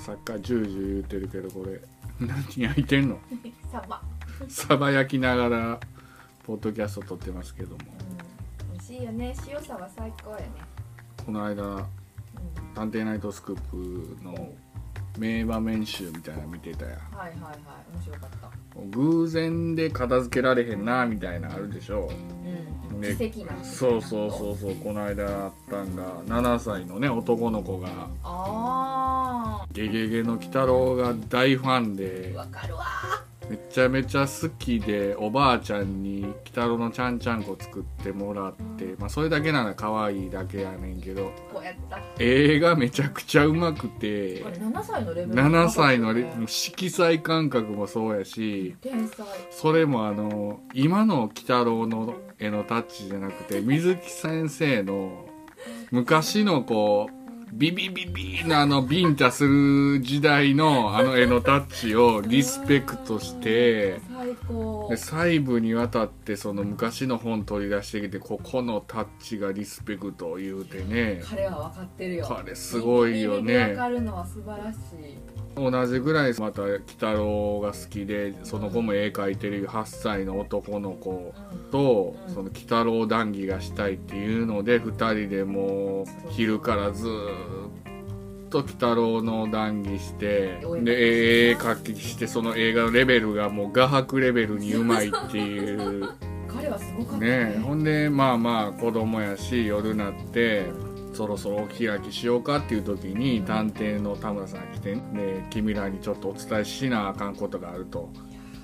さっきからジュージュー言ってるけど、これ何焼いてんの？サバ焼きながらポッドキャスト撮ってますけども、 美味しいよね。塩サバ最高やね。 この間、探偵ナイトスクープの名場面集みたいなの見てたや。 はいはいはい、面白かった。 偶然で片付けられへんなみたいなあるでしょ。 奇跡な。 そうこの間あったんが7歳のね男の子がゲゲゲの鬼太郎が大ファンで、 わかるわ。 めちゃめちゃ好きで、おばあちゃんに鬼太郎のちゃんちゃんこ作ってもらって、それだけなら可愛いだけやねんけど、 こうやった映画めちゃくちゃうまくて、 これ7歳のレベル、 7歳の色彩感覚もそうやし、 天才。 それも今の鬼太郎の絵のタッチじゃなくて、水木先生の昔のこうビビビビのビンタする時代の絵のタッチをリスペクトして、 最高で細部にわたってその昔の本取り出してきて、ここのタッチがリスペクトを言うてね。 彼は分かってるよ。 彼すごいよね。 分かるのは素晴らしい。 同じぐらいまた鬼太郎が好きで、その子も絵描いてる8歳の男の子と、その鬼太郎談義がしたいっていうので、2人でもう昼からずっと鬼太郎の談義して、で絵描きして、その映画のレベルがもう画伯レベルにうまいっていう彼はすごかったね。ほんで子供やし、夜なってそろそろお開きしようかっていう時に探偵の田村さんが来て、で君らにちょっとお伝えしなあかんことがあると。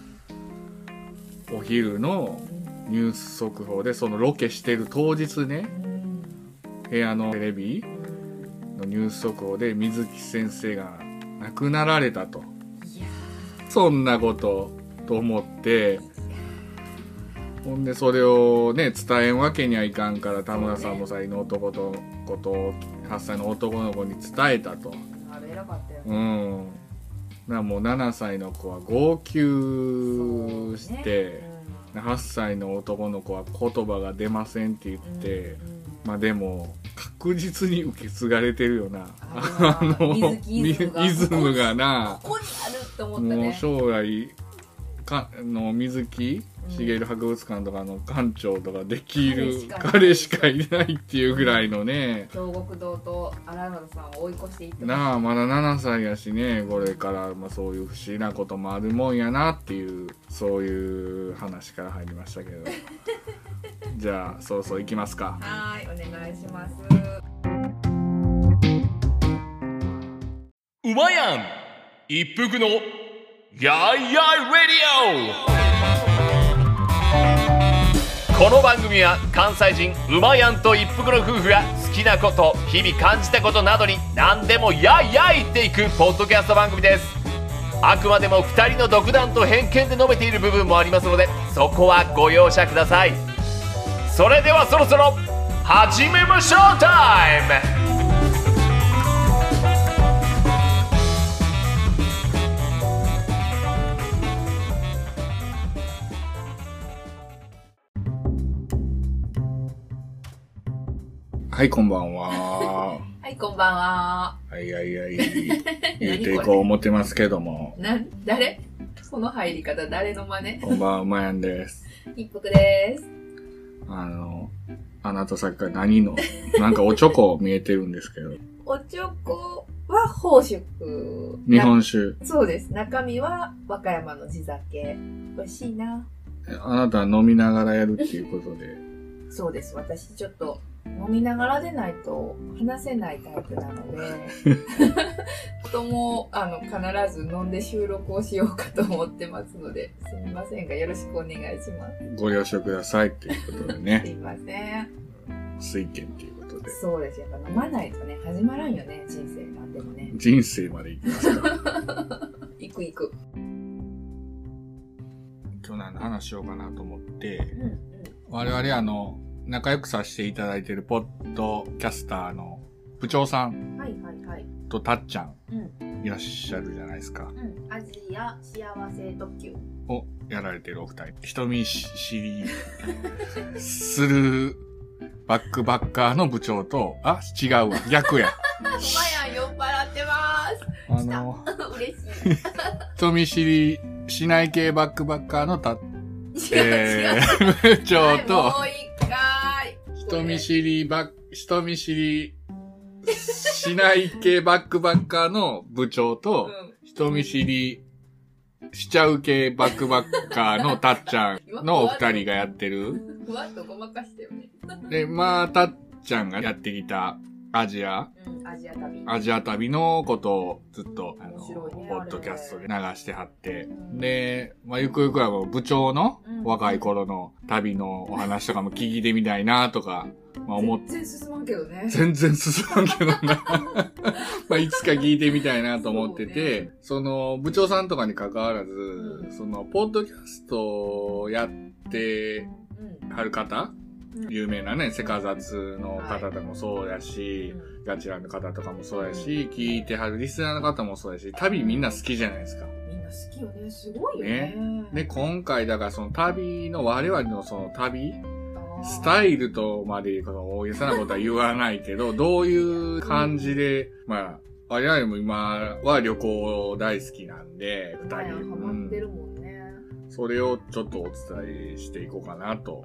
お昼のニュース速報で、そのロケしてる当日ね、部屋のテレビのニュース速報で水木先生が亡くなられたと。そんなことと思って、ほんでそれをね伝えんわけにはいかんから、田村さんもさ、の男の子と8歳の男の子に伝えたと。 偉かったよ。 だからもう7歳の子は号泣して、8歳の男の子は言葉が出ませんって言って、でも確実に受け継がれてるよな、イズムがな。 ここにあるって思ったね。 もう将来水木しげる博物館とかの館長とかできる彼しかいないっていうぐらいのね。 京極堂と荒俣さんを追い越していってなあ、まだ7歳やしね、これからそういう不思議なこともあるもんやなっていう、そういう話から入りましたけどじゃあそろそろ行きますか。 はい、お願いします。 うまやん一服のやいやいレディオ。この番組は関西人うまやんと一服の夫婦が好きなこと、日々感じたことなどに何でもやいやい言っていくポッドキャスト番組です。あくまでも2人の独断と偏見で述べている部分もありますので、そこはご容赦ください。それではそろそろ始めましょうタイム。 はい、こんばんは。 はい、こんばんは。 言うていこう思ってますけども。 誰？その入り方誰の真似？ こんばんは、まやんです。 一服です。 あなたさっきから何のなんかおちょこ見えてるんですけど。 おちょこは宝酒。 日本酒。 そうです。中身は和歌山の地酒。美味しいな。 あなたは飲みながらやるっていうことで。 そうです。私ちょっと飲みながらでないと話せないタイプなのでとも必ず飲んで収録をしようかと思ってますので、すみませんがよろしくお願いします。 ご了承くださいっていうことでね。 すいません。 水拳っていうことで。 そうです。やっぱ飲まないとね始まらんよね、人生なんでもね。 人生まで行きますか。 行く。 今日何の話しようかなと思って、我々仲良くさせていただいているポッドキャスターの部長さんとたっちゃんいらっしゃるじゃないですか。 アジア幸せ特急をやられてるお二人。人見知りするバックバッカーの部長と、違うわ、逆や。 まやん酔っ払ってま嬉しい。 人見知りしない系バックバッカーの部長と、 もう一回。 人見知りしない系バックバッカーの部長と、人見知りしちゃう系バックバッカーのたっちゃんのお二人がやってる。 ふわっとごまかしてよね。 で、まあ、たっちゃんがやってきたアジア旅のことをずっと、ポッドキャストで流してはって、で、まあ、ゆくゆくはもう部長の若い頃の旅のお話とかも聞いてみたいなとか、まあ思って。 全然進まんけどね。 全然進まんけどな。まあ、いつか聞いてみたいなと思ってて、その、部長さんとかに関わらず、その、ポッドキャストをやってはる方、有名なね、セカザツの方でもそうやし、ガチランの方とかもそうやし、聞いてはるリスナーの方もそうやし、旅みんな好きじゃないですか。 みんな好きよね。すごいよね。 で、今回だからその旅の我々のその旅、スタイルとまで大げさなことは言わないけど、どういう感じで、まあ、我々も今は旅行大好きなんで、 二人。ハマってるもんね。 それをちょっとお伝えしていこうかなと思って。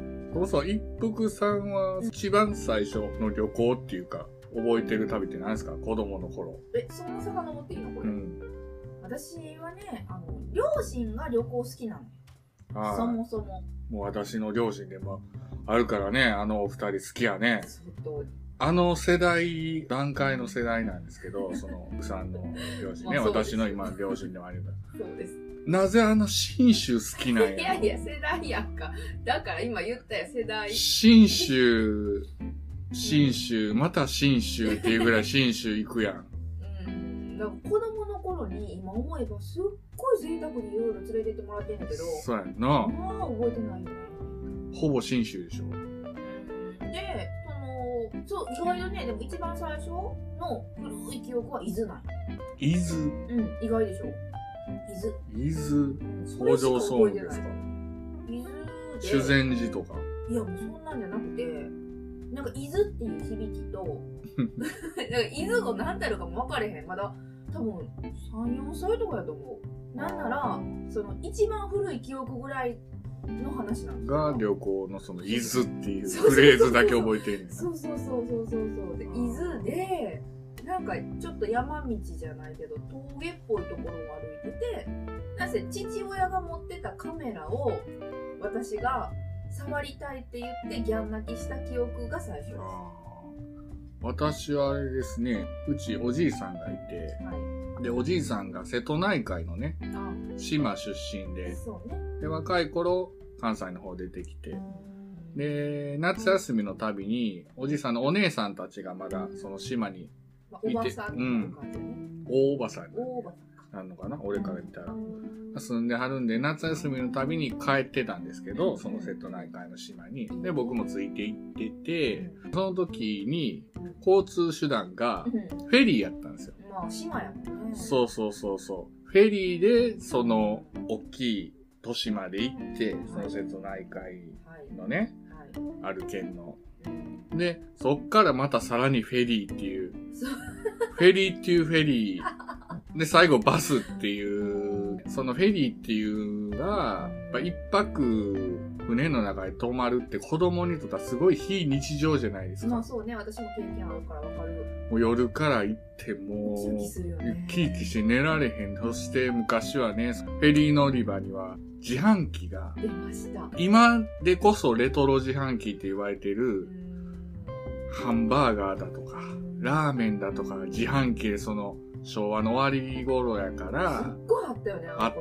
そうそう、一服さんは一番最初の旅行っていうか、覚えてる旅って何ですか？子供の頃。 そんな遡っていいのこれ。私はね、両親が旅行好きなの。そもそも。 もう私の両親でもあるからね、あのお二人好きやね。あの世代、段階の世代なんですけど、その、さんの両親ね、私の今の両親でもあるから。 そうです。 なぜ信州好きなんや。 いやいや、世代やんか。だから今言ったよ、世代。 信州、また信州っていうぐらい信州行くやん。 だから子供の頃に今思えばすっごい贅沢にいろいろ連れてってもらってんだけど。 そうやんな。 まあ覚えてないよね。 ほぼ信州でしょ。 で、そう、意外とね、でも一番最初の古い記憶は伊豆なん伊豆？ 意外でしょ。 伊豆北条総務ですか？ 伊豆で修善寺とか？ いや、もうそんなんじゃなくて、なんか伊豆っていう響きと、なんか伊豆語何たるかも分かれへん。まだ多分3、4歳とかやと思う。なんなら、その一番古い記憶ぐらいの話なんですが旅行のその伊豆っていうフレーズだけ覚えてるんだ。 そう。で、伊豆で、なんかちょっと山道じゃないけど峠っぽいところを歩いてて、なぜ父親が持ってたカメラを私が触りたいって言ってギャン泣きした記憶が最初です。 私はあれですね、うちおじいさんがいて、でおじいさんが瀬戸内海のね、島出身で、で若い頃関西の方出てきて、で夏休みの旅におじいさんのお姉さんたちがまだその島におばさんとかね。 大おばさんなんのかな、俺から見たら。住んではるんで、夏休みの旅に帰ってたんですけど、その瀬戸内海の島に。で、僕もついて行ってて、その時に交通手段がフェリーやったんですよ。 まあ、島やもんね。 そう。フェリーで、その、大きい都市まで行って、その瀬戸内海のね、ある県の。で、そっからまたさらにフェリーっていう、フェリー。で、最後バスっていう、そのフェリーっていうのが、一泊船の中で泊まるって子供にとってはすごい非日常じゃないですか。 まあそうね、私も経験あるからわかる。 もう夜から行ってもう、ウキウキして寝られへん。そして昔はね、フェリー乗り場には自販機が出ました。 今でこそレトロ自販機って言われてる、ハンバーガーだとか、ラーメンだとか、自販機でその、昭和の終わり頃やから、 すっごいあったよね、 あった、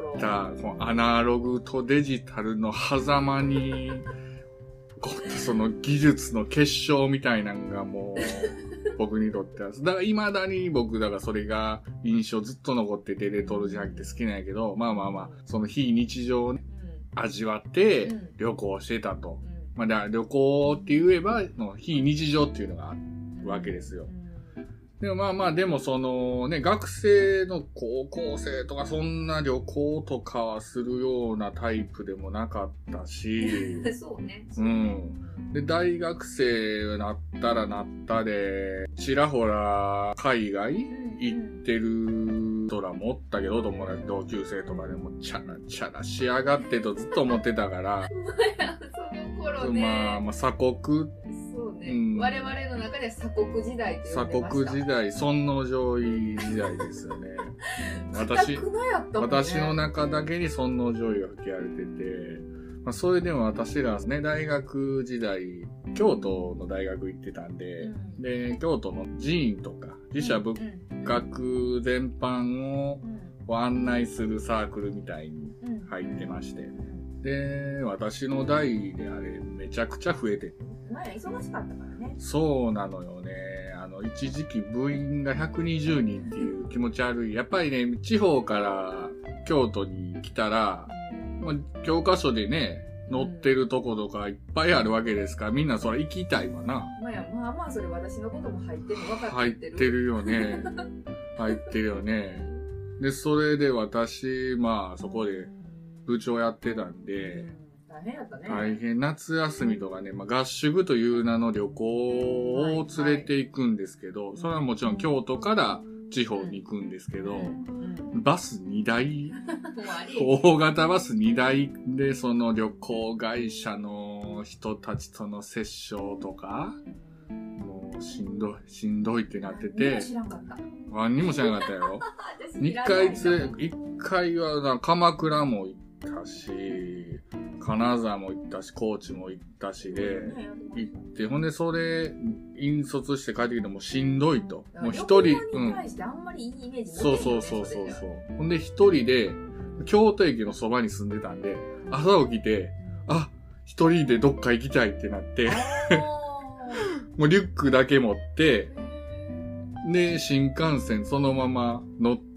このアナログとデジタルの狭間に、その技術の結晶みたいなのがもう、僕にとっては。だから未だに僕、だからそれが印象ずっと残ってて、レトロ自販機って好きなんやけど、まあ、その非日常をね、味わって旅行してたと。まあ、だから旅行って言えば、非日常っていうのがあるわけですよ。 でもまあまあ、でもそのね、学生の高校生とかそんな旅行とかはするようなタイプでもなかったし、 そうね。 うん。で、大学生なったらなったで、ちらほら海外行ってる人らもおったけど、友達、同級生とかでもチャラチャラしやがってとずっと思ってたから、 その頃ね。 まあ鎖国、 そうね、 うん、 我々の中では鎖国時代と呼んでました。 鎖国時代、尊王攘夷時代ですよね。私の中だけに尊王攘夷が吹き荒れてて、まあ、それでも私らね、大学時代、京都の大学行ってたんで、で、京都の寺院とか、寺社仏閣全般を案内するサークルみたいに入ってまして、で、私の代であれ、めちゃくちゃ増えてる。 前忙しかったからね。 そうなのよね。一時期部員が120人っていう気持ち悪い。やっぱりね、地方から京都に来たら、まあ、教科書でね、載ってるとことかいっぱいあるわけですから、みんなそれ行きたいわな。 まあまあ、それ私のことも入ってるの分かってる。 入ってるよね。入ってるよね。で、それで私、まあそこで部長やってたんで、 大変やったね。 大変。夏休みとかね、まあ合宿という名の旅行を連れて行くんですけど、それはもちろん京都から地方に行くんですけど、バス2台、大型バス2台でその旅行会社の人たちとの折衝とか、もうしんどいってなってて、何にも知らなかったよ。1回は鎌倉も行ったし、金沢も行ったし、高知も行ったしで、行って、ほんでそれ、引率して帰ってきてもしんどいと。もう一人、そう。ほんで一人で、京都駅のそばに住んでたんで、朝起きて、一人でどっか行きたいってなって、もうリュックだけ持って、で、新幹線そのまま乗って、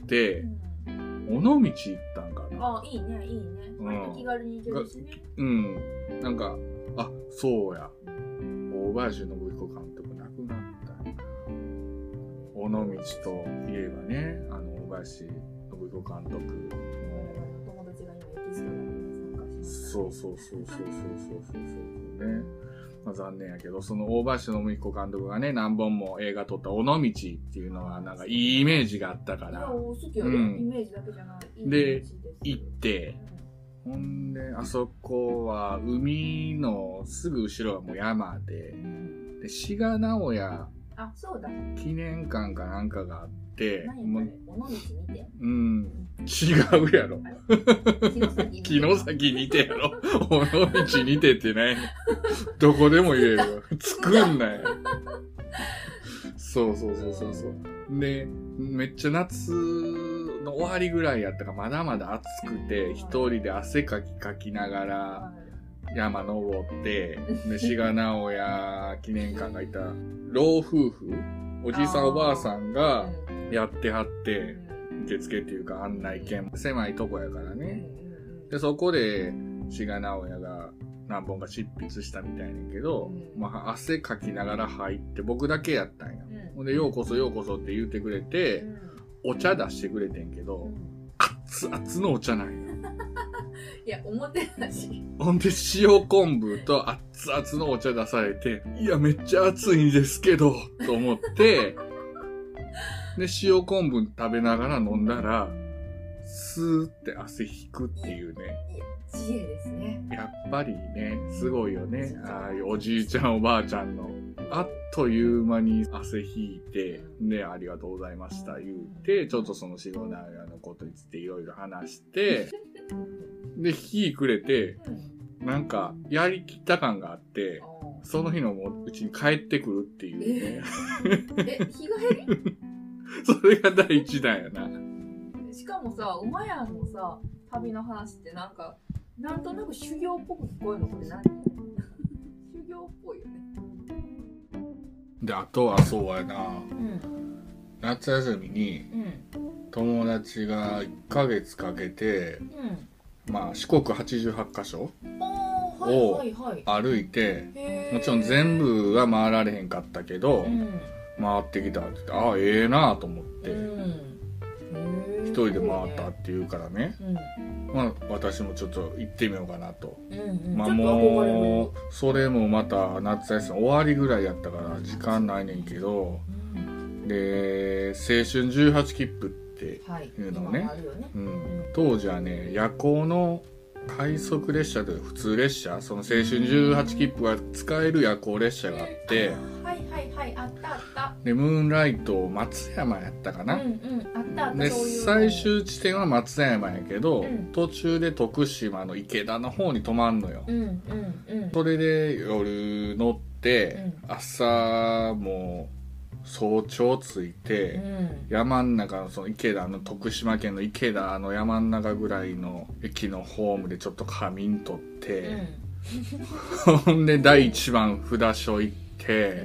尾道行ったんかな。 いいね。気軽に行けるしね。 なんか、そうや。大林信彦監督亡くなったんか。尾道といえばね、大林信彦監督の。 友達が今エキストラで参加します。 そうね。まあ、残念やけど、その大林信彦監督がね、何本も映画撮った尾道っていうのはなんかいいイメージがあったから。 好きよね。イメージだけじゃない。 で、行って、ほんで、あそこは海のすぐ後ろはもう山で、で、志賀直哉記念館かなんかがあって、違うやろ。城崎にてやろ。尾道にてってね。どこでも言えるよ。作んなよ。そう。で、めっちゃ夏の終わりぐらいやったからまだまだ暑くて、一人で汗かきながら山登って、で、志賀直哉記念館がいた老夫婦、おじいさんおばあさんがやってはって、受付っていうか案内券、狭いとこやからね。で、そこで志賀直哉が何本か執筆したみたいねんけど、まあ、汗かきながら入って僕だけやったんや。ほんで、ようこそって言ってくれて、お茶出してくれてんけど、熱々のお茶なんや。 いや、思ってたし。 ほんで、塩昆布と熱々のお茶出されて、いや、めっちゃ熱いんですけど、と思って、で、塩昆布食べながら飲んだら、スーって汗引くっていうね。 知恵ですね。 やっぱりね、すごいよね。ああいうおじいちゃんおばあちゃんの。あっという間に汗引いて、で、ありがとうございました言うて、ちょっとその志賀直哉のことについていろいろ話して、で、日暮れて、なんか、やりきった感があって、その日のうちに帰ってくるっていうね。 日帰りそれが第一弾やな。 しかもさ、馬屋のさ、旅の話ってなんとなく修行っぽく聞こえるのこれ何修行っぽいよね。 で、あとはそうやな、夏休みに、友達が1ヶ月かけて、まあ四国88カ所を歩いて、もちろん全部は回られへんかったけど、 回ってきたって言って、ああええなと思って、一人で回ったって言うからね、まあ私もちょっと行ってみようかなと、まあもうそれもまた夏休み終わりぐらいやったから時間ないねんけど、で青春18切符っていうのをね、当時はね夜行の快速列車という普通列車、その青春18切符が使える夜行列車があって、 あったあった。 でムーンライト松山やったかな、 あったあった。 で最終地点は松山やけど、途中で徳島の池田の方に泊まんのよ、それで夜乗って、朝もう早朝着いて、山ん中のその池田の徳島県の池田の山ん中ぐらいの駅のホームでちょっと仮眠取って、ほんで第1番札所行って、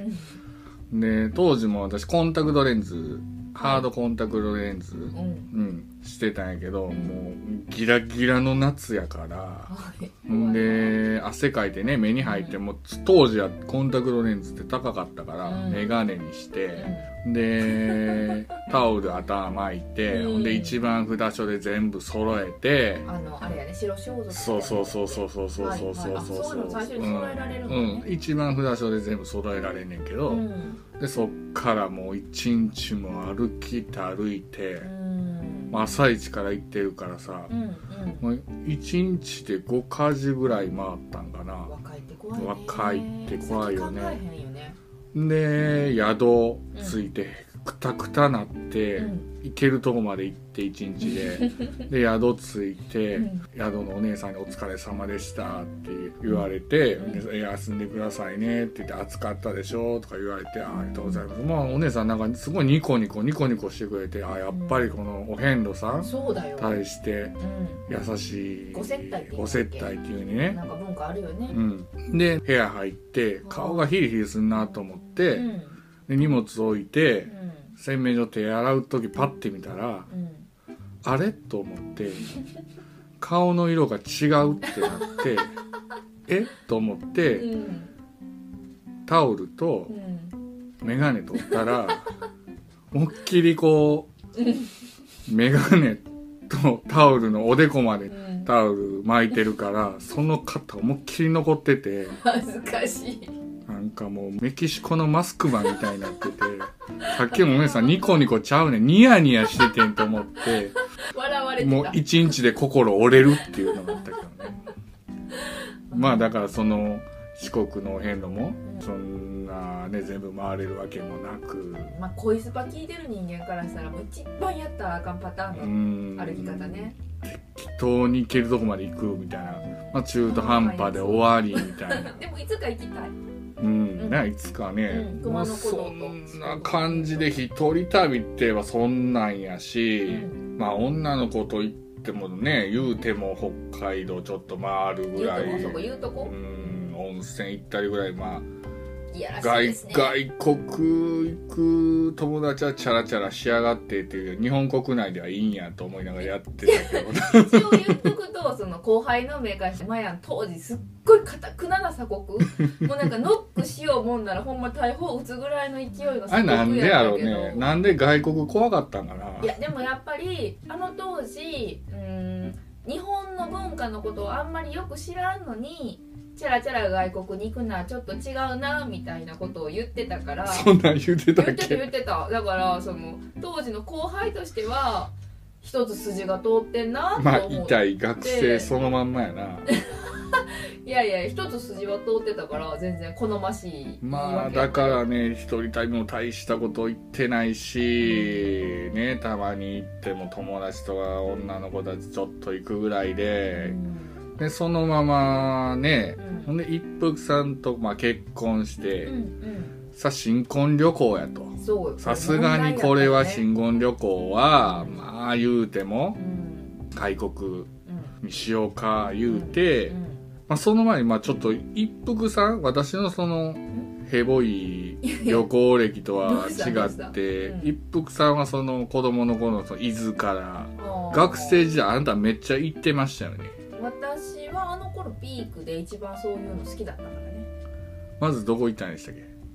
で当時も私コンタクトレンズ、ハードコンタクトレンズ、してたんやけど、もうギラギラの夏やから、で汗かいてね目に入って、もう当時はコンタクトレンズって高かったから、メガネにして、でタオル頭巻いて、ほんで一番札所で全部揃えて、 あれやね、白装束。 そうそういうの最初に揃えられるのね。 一番札所で全部揃えられんねんけど、でそっからもう一日も歩いて、朝一から行ってるからさ、もう1日で5か時ぐらい回ったんかな。若いって怖いよね。で宿着いてくたくたなって、行けるとこまで行って1日でで宿着いて、宿のお姉さんに「お疲れ様でした」って言われて「休んでくださいね」って言って「暑かったでしょ」とか言われて「ありがとうございます」まあお姉さんなんかすごいニコニコしてくれて、やっぱりこのお遍路さん対して優しいご接待っていうね、 なんか文化あるよね。 で部屋入って顔がヒリヒリするなと思って、で荷物置いて、洗面所手洗う時パッて見たら、あれと思って顔の色が違うってなってえと思って、タオルとメガネ取ったら、思いっきりこうメガネとタオルのおでこまでタオル巻いてるから、その肩思いっきり残ってて恥ずかしい。 なんかもうメキシコのマスクマンみたいになってて、さっきもお姉さんニコニコちゃうねん、ニヤニヤしててんと思って、 笑われてた。 もう一日で心折れるっていうのがあったけどね。まあだからその四国の遍路もそんなね全部回れるわけもなく、 まあ恋スパ聞いてる人間からしたらもう一番やったらあかんパターンの歩き方ね。 適当に行けるとこまで行くみたいな、まあ中途半端で終わりみたいな。 でもいつか行きたい。 いつかね、まあ、そんな感じで一人旅って言えばそんなんやし、まあ女の子と行ってもね、言うても北海道ちょっと回るぐらい、 言うとこ温泉行ったりぐらい、まあいやらしいですね。 外国行く友達はチャラチャラしやがってっていう、日本国内ではいいんやと思いながらやってたけど一応言っとくと、その後輩のメーカーマヤン当時すっごい堅くな鎖国もうなんかノックしようもんならほんま大砲撃つぐらいの勢いの鎖国やったけど、あれなんでやろうね、なんで外国怖かったんかな。 いやでもやっぱりあの当時日本の文化のことをあんまりよく知らんのにチャラチャラ外国に行くのはちょっと違うなみたいなことを言ってたから。 そんなん言ってたっけ。 言ってた。だからその当時の後輩としては一つ筋が通ってんなと思って。 まあ痛い学生そのまんまやな。 いやいや一つ筋は通ってたから全然好ましい。 まあだからね、一人旅も大したこと言ってないし、ね、たまに行っても友達とか女の子たちちょっと行くぐらいで、でそのままね、ほんで一服さんとまあ結婚して、さあ新婚旅行やと。さすがにこれは新婚旅行は、まあ言うても、外国にしようか言うて、まあ、その前にまあちょっと一服さん、私のそのヘボい旅行歴とは違って一服さんはその子供の頃のその伊豆から学生時代あなためっちゃ行ってましたよね。 私はあの頃ピークで一番そういうの好きだったからね。 まずどこ行ったんでしたっけ。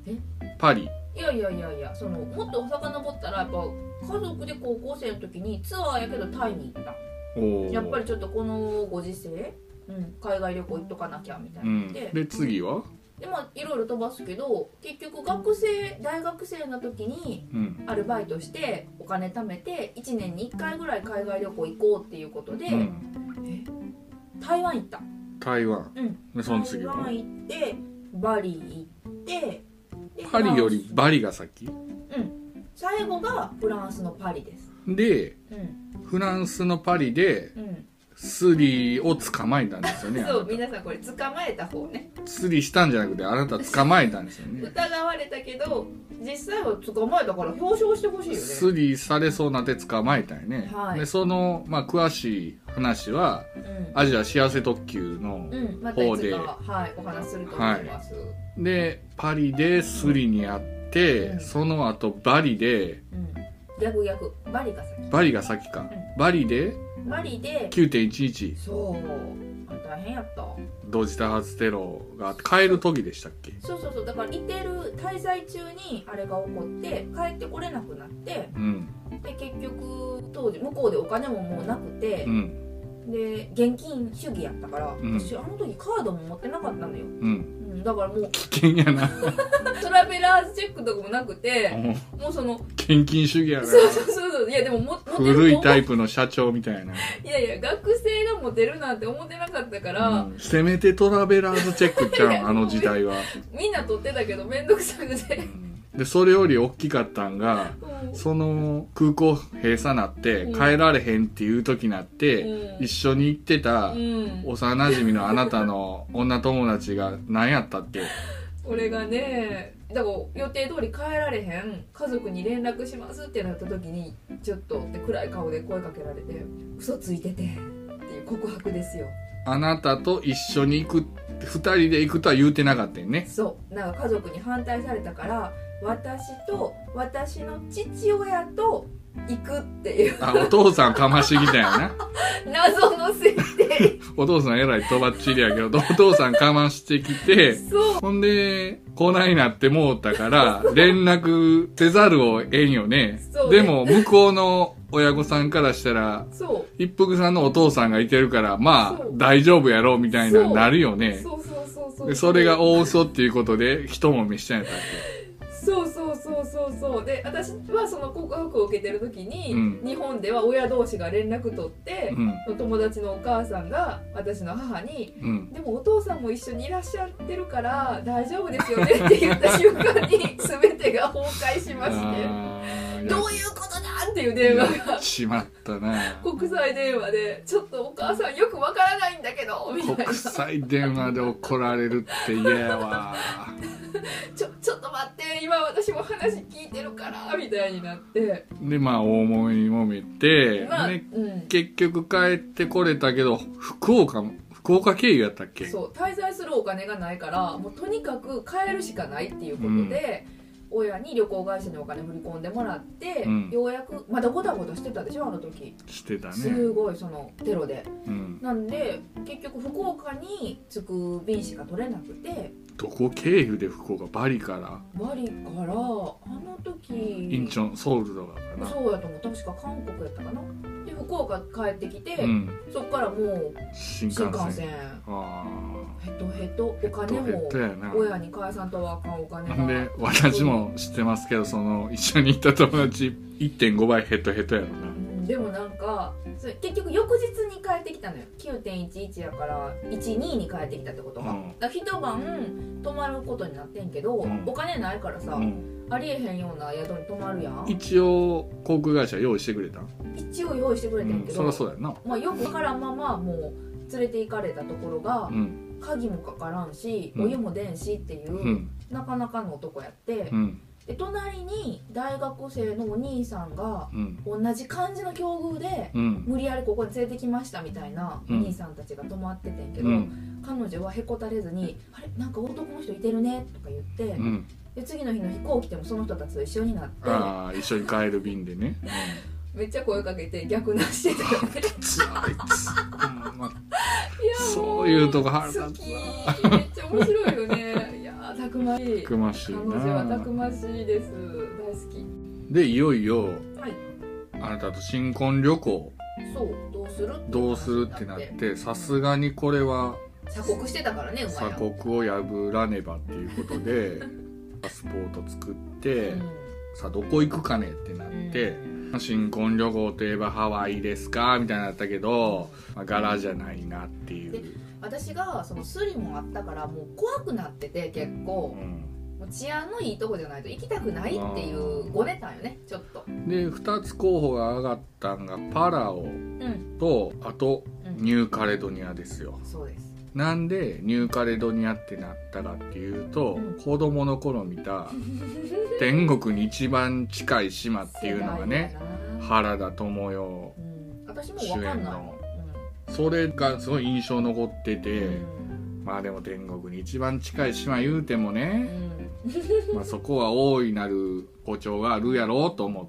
パリ。 いやいやいやいや、そのもっと遡ったらやっぱ家族で高校生の時にツアーやけどタイに行った。やっぱりちょっとこのご時世、海外旅行行っとかなきゃみたいなので、 で次はでまあいろいろ飛ばすけど、結局大学生の時にアルバイトしてお金貯めて1年に1回ぐらい海外旅行行こうっていうことで、台湾行った。 台湾、でその次は台湾行ってバリ行って、 パリよりバリが先。 最後がフランスのパリです。 で、フランスのパリで、スリを捕まえたんですよね。 そう、皆さんこれ捕まえた方ね。 スリしたんじゃなくてあなた捕まえたんですよね。 疑われたけど実際は捕まえたから表彰してほしいよね。 スリされそうなって捕まえたよね。でその、詳しい話は、アジア幸せ特急の方で、 お話しすると思います。 でパリでスリに会って、その後バリで、 逆バリが先か、バリで 9.11。 そう大変やった。 同時多発テロが帰る時でしたっけ。 そうだから滞在中にあれが起こって帰ってこれなくなって、で結局当時向こうでお金ももうなくて、で現金主義やったから、私あの時カードも持ってなかったのよ。だからもう危険やな。 トラベラーズチェックとかもなくて、もうその現金主義やな。 そういやでも古いタイプの社長みたいな。 いや学生がモテるなんて思ってなかったから、 せめてトラベラーズチェックちゃうあの時代は。 みんな取ってたけどめんどくさくて。 でそれより大きかったんが、その空港閉鎖なって帰られへんっていう時になって、一緒に行ってた幼なじみのあなたの女友達が何やったっけ。 俺がね、だから予定通り帰られへん、家族に連絡しますってなった時にちょっとって暗い顔で声かけられて、嘘ついててっていう告白ですよ。 あなたと一緒に行く、2人で行くとは言うてなかったよね。 そうなんか家族に反対されたから、私と私の父親と行くっていう。 お父さんかましてきたよな。 謎の設定。 お父さんえらいとばっちりやけど、お父さんかましてきて、ほんで来ないなってもうたから連絡せざるをえんよね。でも向こうの親御さんからしたら、一服さんのお父さんがいてるから大丈夫やろうみたいななるよね。それが大嘘っていうことで一もみしたんやったっけ。 そうで、私はその告白を受けてる時に、日本では親同士が連絡取って、友達のお母さんが私の母に、でもお父さんも一緒にいらっしゃってるから大丈夫ですよねって言った瞬間に全てが崩壊しまして、どういうことだっていう電話がしまったな。 国際電話で、ちょっとお母さんよくわからないんだけどみたいな。 国際電話で怒られるって嫌やわ。 ちょっと待って、今私も話聞いてるからみたいになって、で大揉めて、結局帰ってこれたけど、福岡経由やったっけ。 そう、滞在するお金がないから、もうとにかく帰るしかないっていうことで、親に旅行会社にお金振り込んでもらって、ようやくまだゴタゴタしてたでしょあの時。 してたね。 すごいそのテロで、なんで結局福岡に着く便しか取れなくて。 どこ経由で福岡？バリから？ バリからあの時インチョン、ソウルとかかな。 そうやと思う。確か韓国やったかな。で福岡帰ってきて、そっからもう新幹線。ヘトヘト。お金も親に返さんとはあかんお金が。 で私も知ってますけど、その一緒に行った友達 1.5 倍ヘトヘトやろな。 でもなんか結局翌日に帰ってきたのよ。 9.11 やから12に帰ってきたってことか、だから一晩泊まることになってんけど、お金ないからさ、ありえへんような宿に泊まるやん。 一応航空会社用意してくれた？ 一応用意してくれてんけど、 そりゃそうやな。 よくわからんままもう連れて行かれたところが、鍵もかからんし、お湯も出んしっていう、なかなかの男やって、で隣に大学生のお兄さんが、同じ感じの境遇で、無理やりここに連れてきましたみたいなお兄さんたちが泊まっててんけど、彼女はへこたれずに「あれなんか男の人いてるね」とか言って、で次の日の飛行機でもその人たちと一緒になって、 一緒に帰る便でね。 めっちゃ声かけて逆なしてたよね。 そういうとこ腹立つわ。めっちゃ面白いよね。いやたくましい。 たくましいな。 彼女はたくましいです。大好き。 でいよいよ、 はい。 あなたと新婚旅行そう、 どうするってなって、さすがにこれは鎖国してたからね、 鎖国を破らねばっていうことでパスポート作って、さあどこ行くかねってなって、新婚旅行といえばハワイですかみたいになったけど、柄じゃないなっていう。 で私がそのスリもあったからもう怖くなってて、結構、もう治安のいいとこじゃないと行きたくないっていうごねたんよね、ちょっと。 で2つ候補が上がったんがパラオと、あとニューカレドニアですよ。 そうです。 なんでニューカレドニアってなったかっていうと、子供の頃見た天国に一番近い島っていうのがね、原田知世主演の、それがすごい印象残ってて、まあでも天国に一番近い島言うてもね、まあそこは大いなる歩調があるやろうと思って、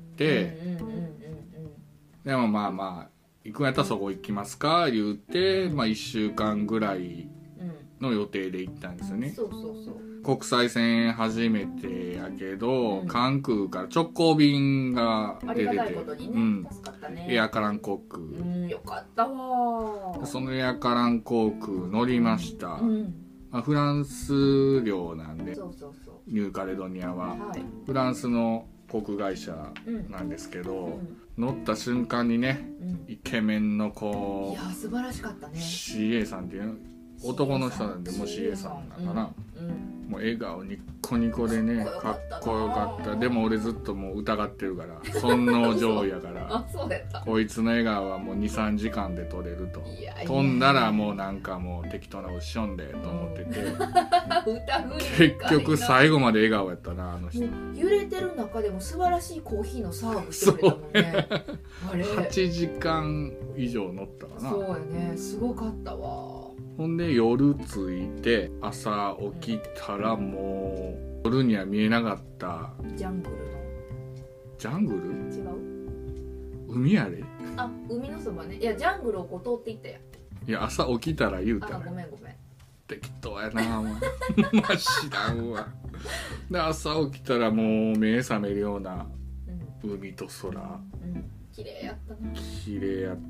でもまあまあ行くんやったらそこ行きますか言うて、まあ1週間ぐらいの予定で行ったんですよね。 そうそうそう。 国際線初めてやけど、関空から直行便が出てて、 ありがたいことにね、助かったね。 エアカラン航空、 よかったわ。 そのエアカラン航空乗りました。まあ、フランス領なんで、ニューカレドニアは、フランスの航空会社なんですけど、乗った瞬間にね、イケメンの子、 いや素晴らしかったね。 CA さんっていう男の人なんで、もう CA さんだから、もう笑顔ニッコニコでね、かっこよかった。でも俺ずっともう疑ってるから、尊王攘夷やからあ、そうやった。 こいつの笑顔はもう 2,3 時間で撮れると。飛んだらもうなんかもう適当なことしよんでと思ってて、結局最後まで笑顔やったな、あの人。 揺れてる中でも素晴らしいコーヒーのサーブしてくれたもんね。あれ 8時間以上乗ったかな。 そうやね、すごかったわ。 ほんで夜着いて朝起きたらもう夜には見えなかったジャングルのジャングル違う海やで。 あ、海のそばね。いやジャングルをこう通っていったやん。 いや朝起きたら言うたら、 あ、ごめんごめん、 適当やなお前まあ知らんわ。で朝起きたらもう目覚めるような海と空、 綺麗やったな。 綺麗やって、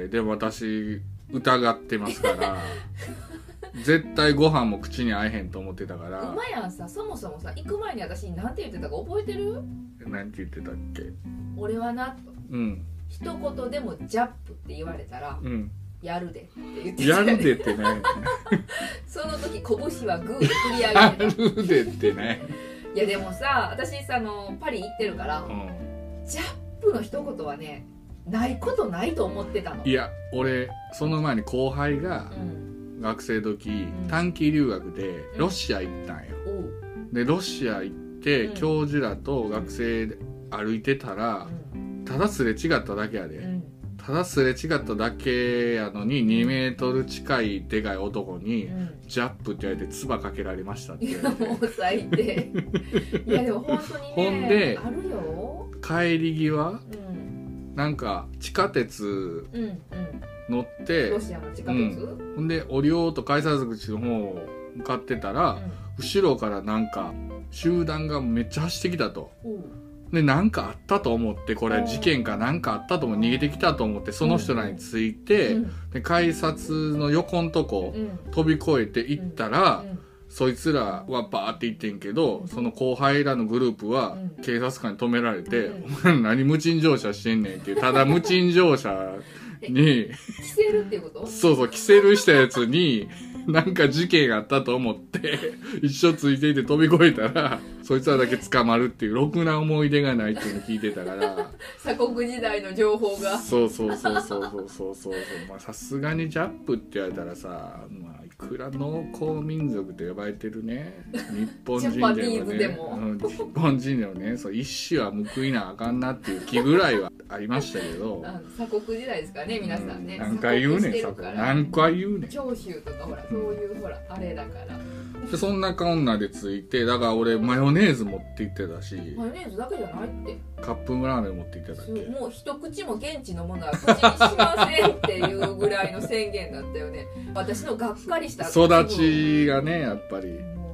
でも私疑ってますから絶対ご飯も口に合えへんと思ってたから。 うまやんさ。そもそもさ、行く前に私なんて言ってたか覚えてる？ なんて言ってたっけ？ 俺はなと、一言でもジャップって言われたら、やるでって言ってた、 やるでってねその時拳はグーで振り上げてた。やるでってね。 いやでもさ、私さパリ行ってるから、ジャップの一言はね、ないことないと思ってたの。 いや俺その前に後輩が、学生時、短期留学でロシア行ったんよ。でロシア行って教授らと学生で歩いてたら、ただすれ違っただけやで、ただすれ違っただけやのに2メートル近いでかい男に、ジャップって言われて唾かけられましたって言われて。 もう最低。いやでも本当にね、 ほんであるよ。 帰り際、なんか地下鉄乗って、 ロシアの地下鉄、 ほんで降りようと改札口の方を向かってたら、後ろからなんか集団がめっちゃ走ってきたと。でなんかあったと思って、これ事件かなんかあったと思って逃げてきたと思って、その人らについて、で改札の横んとこ、飛び越えて行ったら、そいつらはバーって行ってんけど、その後輩らのグループは警察官に止められて、お前何無賃乗車してんねんっていう、ただ無賃乗車に着せるっていうこと？ そうそう、着せるしたやつになんか事件があったと思って一緒ついていて飛び越えたら、そいつらだけ捕まるっていう、ろくな思い出がないっていうの聞いてたから。 鎖国時代の情報が。 そうそうそうそうそうそうそう。まあさすがにジャップって言われたらさ、まあいくら農耕民族と呼ばれてるね、日本人でもね、日本人でもね、そう一種は報いなあかんなっていう気ぐらいはありましたけど。 鎖国時代ですからね、皆さんね。 何回言うねん、何回言うねん。 長州とかほら、そういうほらあれだから。 でそんなこんなでついて、だから俺マヨネーズ持って行ってたし、 マヨネーズだけじゃないって、 カップラーメン持って行ってたっけ。 もう一口も現地のものは口にしませんっていうぐらいの宣言だったよね。私のがっかりした育ちがね、やっぱり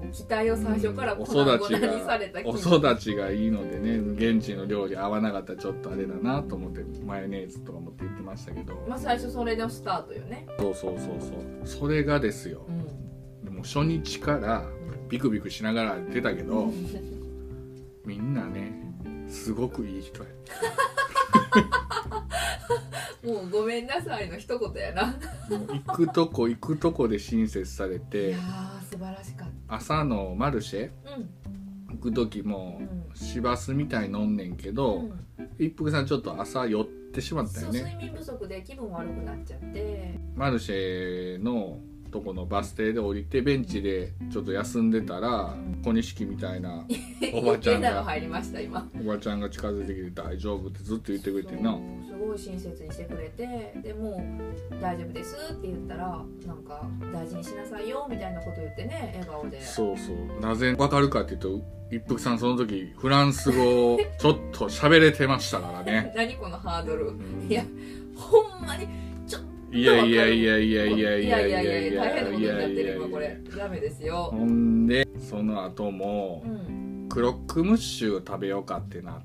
期待を最初から粉お育ち 々にされたがお育ちがいいのでね、現地の料理合わなかったらちょっとあれだなと思ってマヨネーズとか持って行ってましたけど、 まあ最初それのスタートよね。 そうそれがですよ、でも初日からビクビクしながら出たけど、みんなねすごくいい人やもうごめんなさいの一言やな。 もう行くとこで親切されいて、 やー素晴らしかった。 朝のマルシェ行く時も市バスみたいに乗んねんけど、一服さんちょっと朝寄ってしまったよそう睡ね。 眠不足で気分悪くなっちゃって、 マルシェのとこのバス停で降りてベンチでちょっと休んでたら、小錦みたいなおばちゃんが変なの入りました今。 おばちゃんが近づいてきて大丈夫ってずっと言ってくれてんな。 すごい親切にしてくれて、でもう大丈夫ですって言ったら、なんか大事にしなさいよみたいなこと言ってね、笑顔で。 そうなぜわかるかっていうと、一服さんその時フランス語をちょっと喋れてましたからね。 何このハードル。いやほんまにちょっといや大変大変なことになってる今これダメですよ。 ほんでその後も、クロックムッシュを食べようかってなって、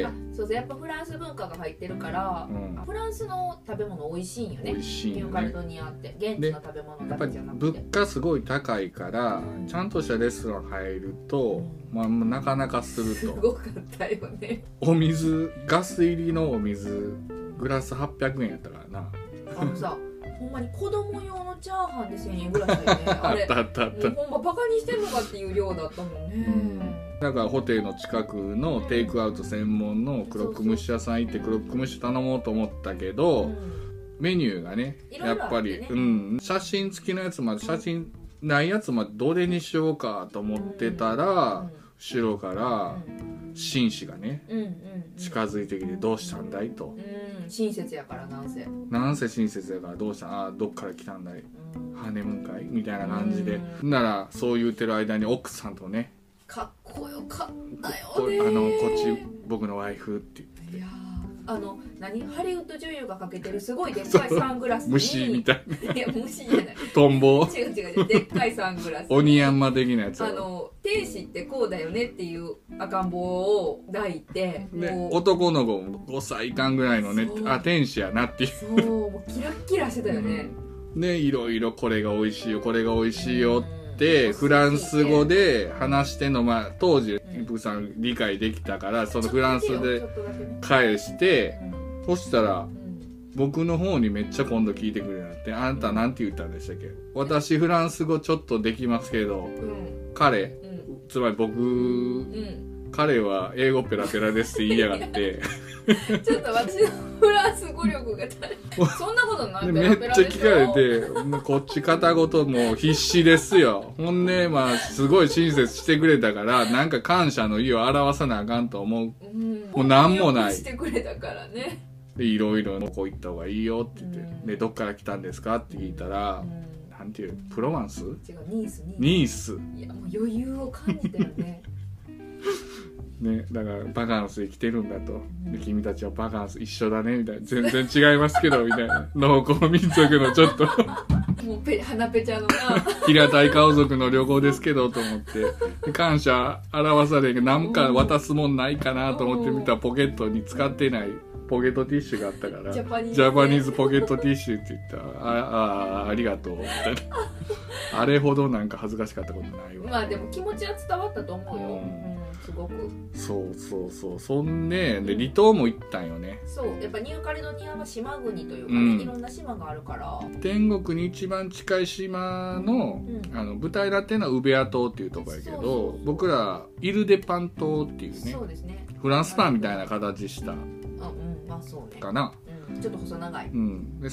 そうやっぱフランス文化が入ってるから、フランスの食べ物美味しいんよね。 美味しいよね。 ニューカレドニアって現地の食べ物だけじゃなくて、 やっぱり物価すごい高いから、ちゃんとしたレストラン入ると、なかなかするとすごかったよね。 お水ガス入りのお水グラス800円やったからな。 さほんまに子供用のチャーハンで1000円ぐらいだよね。あれあったもうほんまバカにしてんのかっていう量だったもんね。 だからホテルの近くのテイクアウト専門のクロックムッシュ屋さん行ってクロックムッシュ頼もうと思ったけど、メニューがねやっぱり、写真付きのやつまで写真ないやつまでどれにしようかと思ってたら、後ろから紳士がね近づいてきて「どうしたんだい?」と。 親切やからなんせ親切やからどうしたん、どっから来たんだい、ハネムーンかいみたいな感じで、ならそう言うてる間に奥さんとね、 かっこよかったよね。 こっち僕のワイフって言って、 いや何ハリウッド女優がかけてるすごいでっかいサングラスに虫みたいいや虫じゃないトンボ違うでっかいサングラスオニヤンマ的なやつ天使ってこうだよねっていう赤ん坊を抱いて、 ね、男の子も5歳間ぐらいのね、天使やなっていう、 そうもうキラッキラしてたよね、 ね、いろいろこれが美味しいよこれが美味しいよってフランス語で話してんの、当時イプさん理解できたからそのフランスで返して、そしたら僕の方にめっちゃ今度聞いてくれるようになって、あなたなんて言ったんでしたっけ、私フランス語ちょっとできますけど、彼、つまり僕、彼は英語ペラペラですって言いやがってちょっと私のフランス語力がそんなことないめっちゃ聞かれて、こっち片言もう必死ですよ。ほんですごい親切してくれたからなんか感謝の意を表さなあかんと思う、もうなんもないしてくれたからね。 でいろいろここ行った方がいいよって言って、でどっから来たんですかって聞いたら、なんていうプロヴァンス？ 違うニース。いやもう余裕を感じたよねね、だからバカンスで来てるんだと、で君たちはバカンス一緒だねみたいな、全然違いますけどみたいな、農耕民族のちょっともう鼻ペチャのな平たい顔族の旅行ですけどと思って感謝表されんけど何か渡すもんないかなと思って見たらポケットに使ってないポケットティッシュがあったからジャパニーズポケットティッシュって言ったらありがとうみたいなあれほどなんか恥ずかしかったことないわ。 まあでも気持ちは伝わったと思うよ、すごく。 そうそんで離島も行ったんよね。 そうやっぱニューカレドニアは島国というかね、いろんな島があるから天国に一番近い島の、舞台立てのウベア島っていうとこやけど、僕らイル・デ・パン島っていうね、 そうですね、 フランスパンみたいな形したまあそうねかな、 ちょっと細長い、 で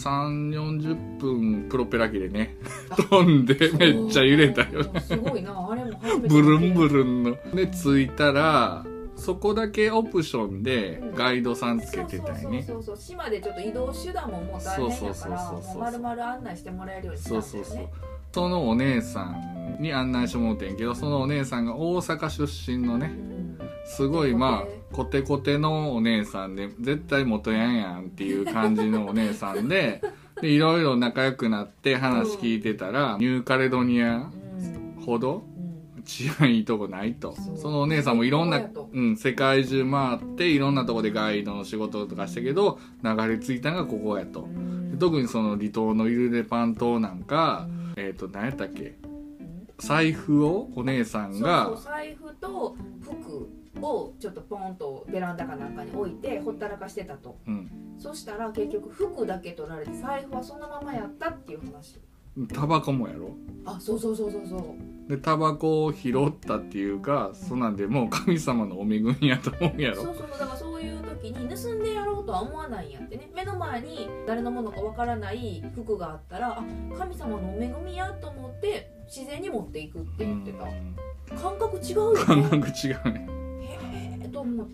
3,40分プロペラ機でね飛んでめっちゃ揺れたよねすごいなあれもブルンブルンので着いたらそこだけオプションでガイドさんつけてたよね。 そう島でちょっと移動手段ももう大変やから丸々案内してもらえるようにしたんだよね。 そのお姉さんに案内してもらってんけど、そのお姉さんが大阪出身のね、すごいコテコテのお姉さんで絶対元ヤンやんっていう感じのお姉さんでいろいろ仲良くなって話聞いてたら、ニューカレドニアほど治安いいとこないと。 そうそのお姉さんもいろんな最高やと、 世界中回っていろんなとこでガイドの仕事とかしたけど、流れ着いたのがここやと。で特にその離島のイルデパン島なんか、何やったっけ、財布をお姉さんが、 そう財布と服をちょっとポンとベランダかなんかに置いてほったらかしてたと、そしたら結局服だけ取られて財布はそのままやったっていう話。 タバコもやろ。 あ、そうでタバコを拾ったっていうか、そんなんでもう神様のお恵みやと思うやろ。 そうだからそういう時に盗んでやろうとは思わないんやってね。目の前に誰のものかわからない服があったら、あ、神様のお恵みやと思って自然に持っていくって言ってた。感覚違うよね。 感覚違うね。 へえと思って。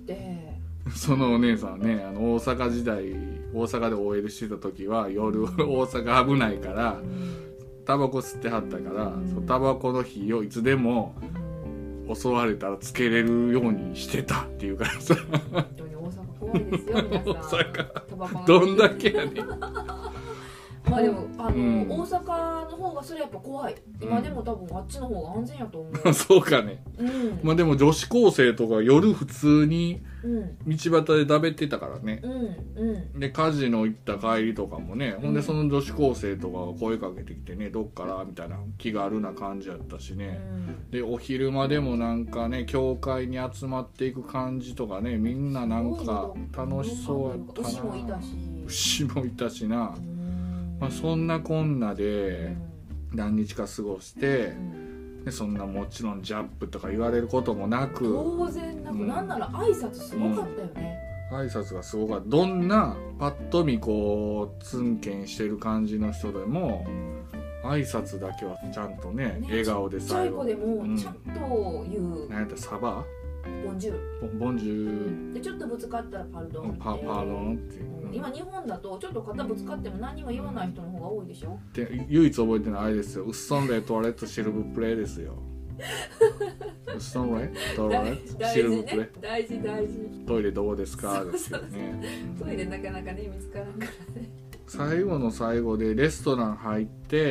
そのお姉さんね、大阪時代、大阪で OL してた時は夜大阪危ないからタバコ吸ってはったから、そのタバコの火をいつでも襲われたらつけれるようにしてたっていうからさ。 本当に大阪怖いですよ皆さん。 大阪タバコのどんだけやねん。 まあでも大阪の方がそれやっぱ怖い。今でも多分あっちの方が安全やと思う。 そうかね。まあでも女子高生とか夜普通に道端でだべってたからね。でカジノ行った帰りとかもね、ほんでその女子高生とかが声かけてきてね、どっからみたいな気軽な感じやったしね。でお昼間でもなんかね、教会に集まっていく感じとかね、みんななんか楽しそうやったな。 牛もいたし。 牛もいたしな。まあ、そんなこんなで何日か過ごして、でそんなもちろんジャップとか言われることもなく、 当然なく、なんなら挨拶すごかったよね。 挨拶がすごかった。どんなパッと見こうツンケンしてる感じの人でも挨拶だけはちゃんとね、笑顔で最後ちっちゃい子でもちゃんと言う。 何やったサバボンジュール。 ボンジュでちょっとぶつかったらパルドンって。 パードンって、 今日本だとちょっと肩ぶつかっても何も言わない人の方が多いでしょ。 で唯一覚えてるのはあれですよ、ウッソンレトワレットシルブプレイですよ。ウッソンレトワレットシルブプレイ、 大事トイレどうですかですよね。 トイレなかなかね見つからんからね。 最後の最後でレストラン入って、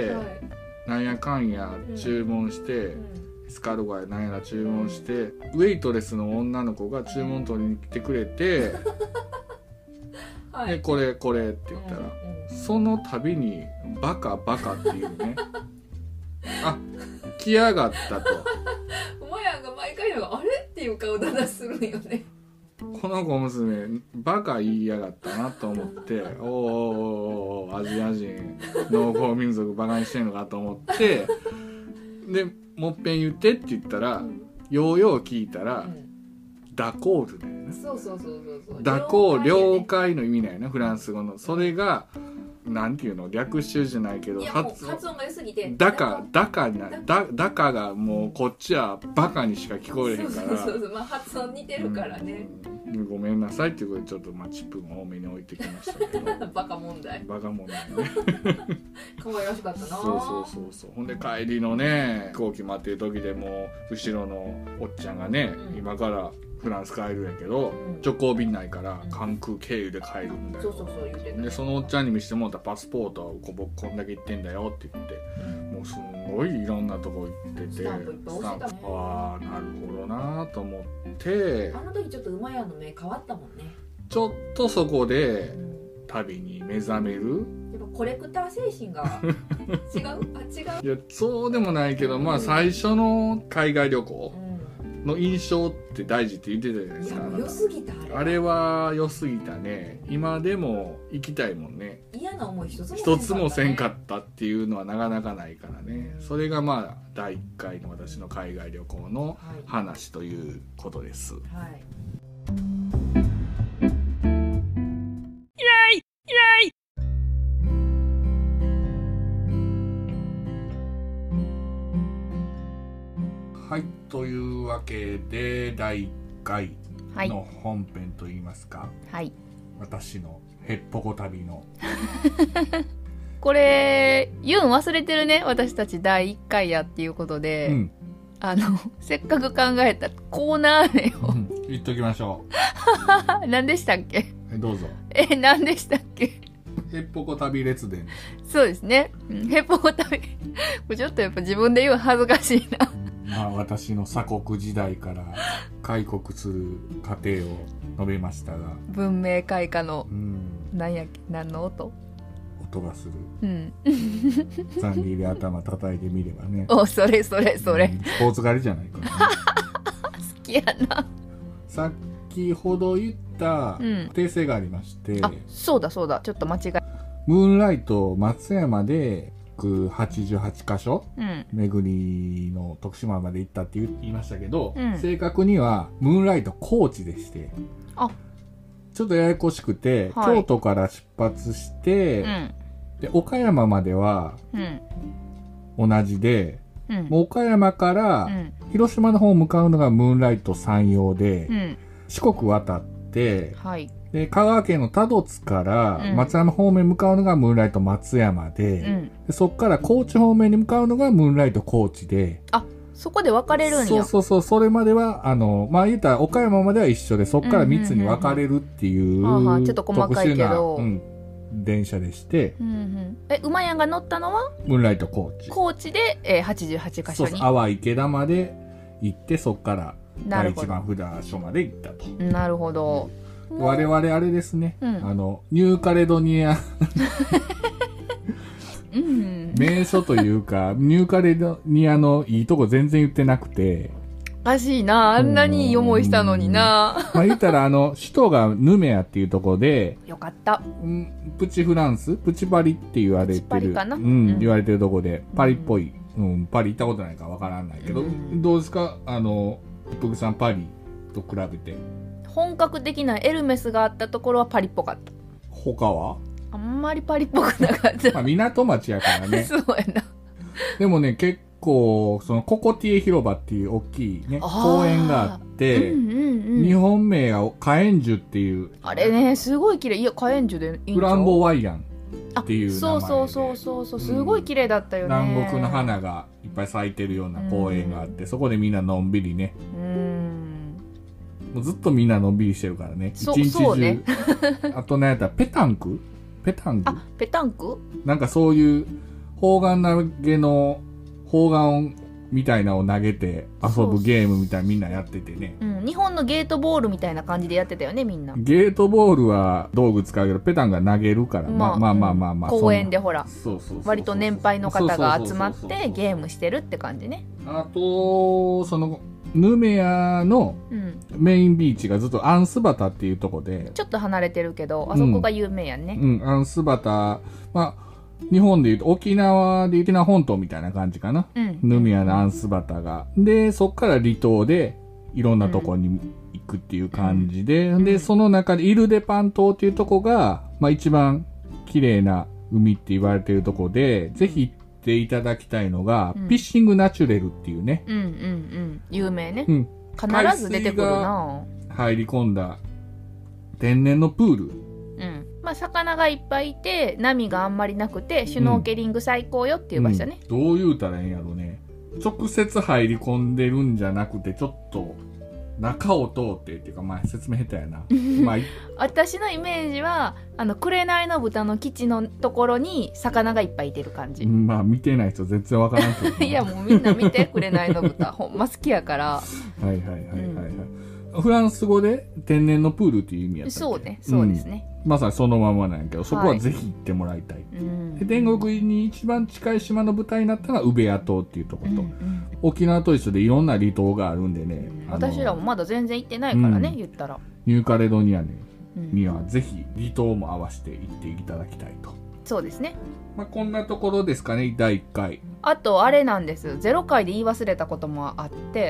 なんやかんや注文して、スカルガやなんやら注文して、ウェイトレスの女の子が注文取りに来てくれて、でこれって言ったら、その度にバカっていうね。あ、来やがったと。 お前やんが毎回のがあれっていう顔だするんよね。 この子娘バカ言いやがったなと思って、おーアジア人農耕民族バカにしてんのかと思って、でもっぺん言ってって言ったら、ようよう聞いたら、ダコールだよね。 そうダコール、了解の意味だよね、フランス語の。それがなんていうの、略習じゃないけど、 発音が良すぎて、 ダカがもうこっちはバカにしか聞こえへんから、 そうまあ発音似てるからね。 ごめんなさいっていうことでちょっとチップも多めに置いてきましたけど。 バカ問題ね。可愛らしかったな。 そうほんで帰りのね、飛行機待ってる時でも後ろのおっちゃんがね、今からフランス帰るんやけど、直行便ないから関空経由で帰るんだよ。 そう言ってた。 でそのおっちゃんに見せてもらったパスポートは僕こんだけ行ってんだよって言って、もうすごいいろんなとこ行ってて、 スタンプいっぱい押してたね。 ああなるほどなと思って、 あの時ちょっと馬屋の目変わったもんね。 ちょっとそこで旅に目覚める。 やっぱコレクター精神が違う。 いやそうでもないけど、まあ最初の海外旅行の印象って大事って言ってたじゃないですか。 いや良すぎたあれは良すぎたね。今でも行きたいもんね。 嫌な思い一つもせんかったっていうのはなかなかないからね。それがまあ第1回の私の海外旅行の話ということです。はい、というわけで第1回の本編といいますか、私のへっぽこ旅のこれ言うん忘れてるね、私たち第1回やっていうことで、せっかく考えたコーナー名を、 言っときましょう。何でしたっけ？ どうぞ。 何でしたっけ？ へっぽこ旅列伝。 そうですね。へっぽこ旅。ちょっとやっぱ自分で言う恥ずかしいな。 まあ私の鎖国時代から開国する過程を述べましたが、 文明開化の何の音がする、 うんザンギで頭叩いてみればね。 お、それ、スポーツ狩りじゃないかな。 好きやな。 先ほど言った訂正がありまして、 あ、そうだちょっと間違え。 ムーンライト松山で88箇所、巡りの徳島まで行ったって言いましたけど、正確にはムーンライト高知でして、ちょっとややこしくて、京都から出発して、で岡山までは同じで、もう岡山から広島の方向かうのがムーンライト山陽で、四国渡って、で香川県の多度津から松山方面向かうのがムーンライト松山で、でそこから高知方面に向かうのがムーンライト高知で、 そこで分かれるんや。 そうそれまではまあ言ったら岡山までは一緒で、そこから3つに分かれるっていうちょっと細かいけど、 電車でして、 馬やんが乗ったのはムーンライト高知で、88箇所に。 そう淡池田まで行って、そこから第一番札所まで行ったと。 なるほど。 我々あれですね、ニューカレドニア名所というか、ニューカレドニアのいいとこ全然言ってなくて、 おかしいな、あんなにいい思いしたのにな。 まあ言ったら首都がヌメアっていうとこで、 よかった。 プチフランス、プチパリって言われてる、言われてるとこで、パリっぽい、パリ行ったことないからわからないけど、どうですか、一服さん、パリと比べて。 本格的なエルメスがあったところはパリっぽかった。 他はあんまりパリっぽくなかった。 まあ港町やからね。 そうやな。 でもね、結構そのココティエ広場っていう大きいね公園があって、日本名がカエンジュっていう、 あれねすごい綺麗。いやカエンジュでいいんちゃう？ フランボワイヤンっていう名前で、 そうすごい綺麗だったよね。 南国の花がいっぱい咲いてるような公園があって、そこでみんなのんびりね、もうずっとみんなのんびりしてるからね、一日中ね。あと何やったらペタンクなんかそういう砲丸投げの砲丸みたいなのを投げて遊ぶゲームみたいなみんなやっててね、 日本のゲートボールみたいな感じでやってたよね、みんな。 ゲートボールは道具使うけどペタンが投げるから、まあ公園でほらそう割と年配の方が集まってゲームしてるって感じね。 あとそのヌメアのメインビーチがずっとアンスバタっていうとこで、 ちょっと離れてるけどあそこが有名やんね。 アンスバタ、まあ日本でいうと沖縄で沖縄本島みたいな感じかな、ヌメアのアンスバタがで、そっから離島でいろんなとこに行くっていう感じで、でその中でイルデパン島っていうとこが、まあ、一番綺麗な海って言われてるとこで、ぜひ行っていただきたいのが、フィッシングナチュレルっていうね、 有名ね、必ず出てくるな。 入り込んだ天然のプール、 まあ、魚がいっぱいいて波があんまりなくてシュノーケリング最高よっていう場所ね、 どう言うたらええんやろね。直接入り込んでるんじゃなくて、ちょっと中を通ってっていうか、まあ説明下手やなまあ私のイメージは紅の豚の基地のところに魚がいっぱいいてる感じ。 まあ見てない人全然わからんけどいやもうみんな見て紅の豚ほんま好きやから。 はいフランス語で天然のプールっていう意味やったっけ。 そうね、そうですね、 まさにそのままなんやけど、そこはぜひ行ってもらいたい、で天国に一番近い島の舞台になったのがウベア島っていうところと、沖縄と一緒でいろんな離島があるんでね、 私らもまだ全然行ってないからね、言ったらニューカレドニアにはぜひ離島も合わせて行っていただきたいと。 そうですね。 まあ、こんなところですかね、第1回。 あとあれなんです、0回で言い忘れたこともあって、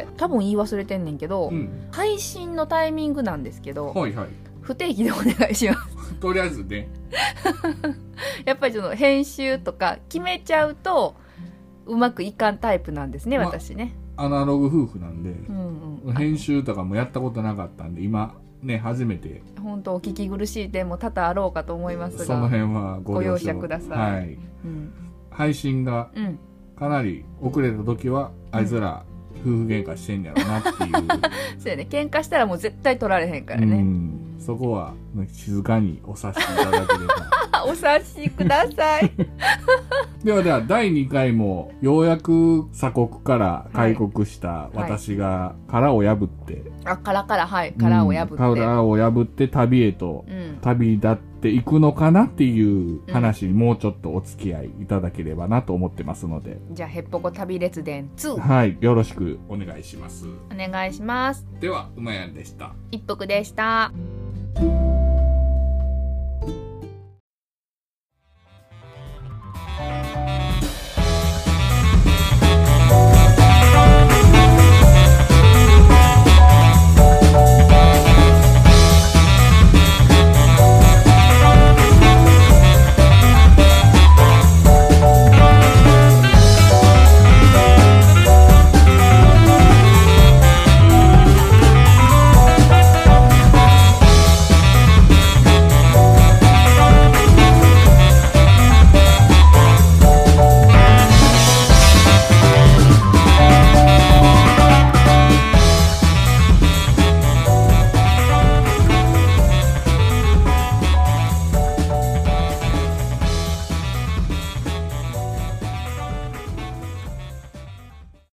多分言い忘れてんねんけど、配信のタイミングなんですけど、不定期でお願いしますとりあえずねやっぱりその編集とか決めちゃうとうまくいかんタイプなんですね、私ね。 アナログ夫婦なんで、編集とかもやったことなかったんで、今ね初めて。 本当お聞き苦しい点も多々あろうかと思いますが、 その辺はご容赦ください。 配信がかなり遅れた時は、あいつら夫婦喧嘩してんやろなっていうそうやね、喧嘩したらもう絶対取られへんからね。 そこは静かにお察しいただければお察しください。 では第2回もようやく鎖国から開国した私が殻を破って、 殻を破って、 殻を破って旅へと旅立っていくのかなっていう話にもうちょっとお付き合いいただければなと思ってますので、 じゃあへっぽこ旅列伝2、 はい、よろしくお願いします。 お願いします。 では、うまやんでした。 一服でした。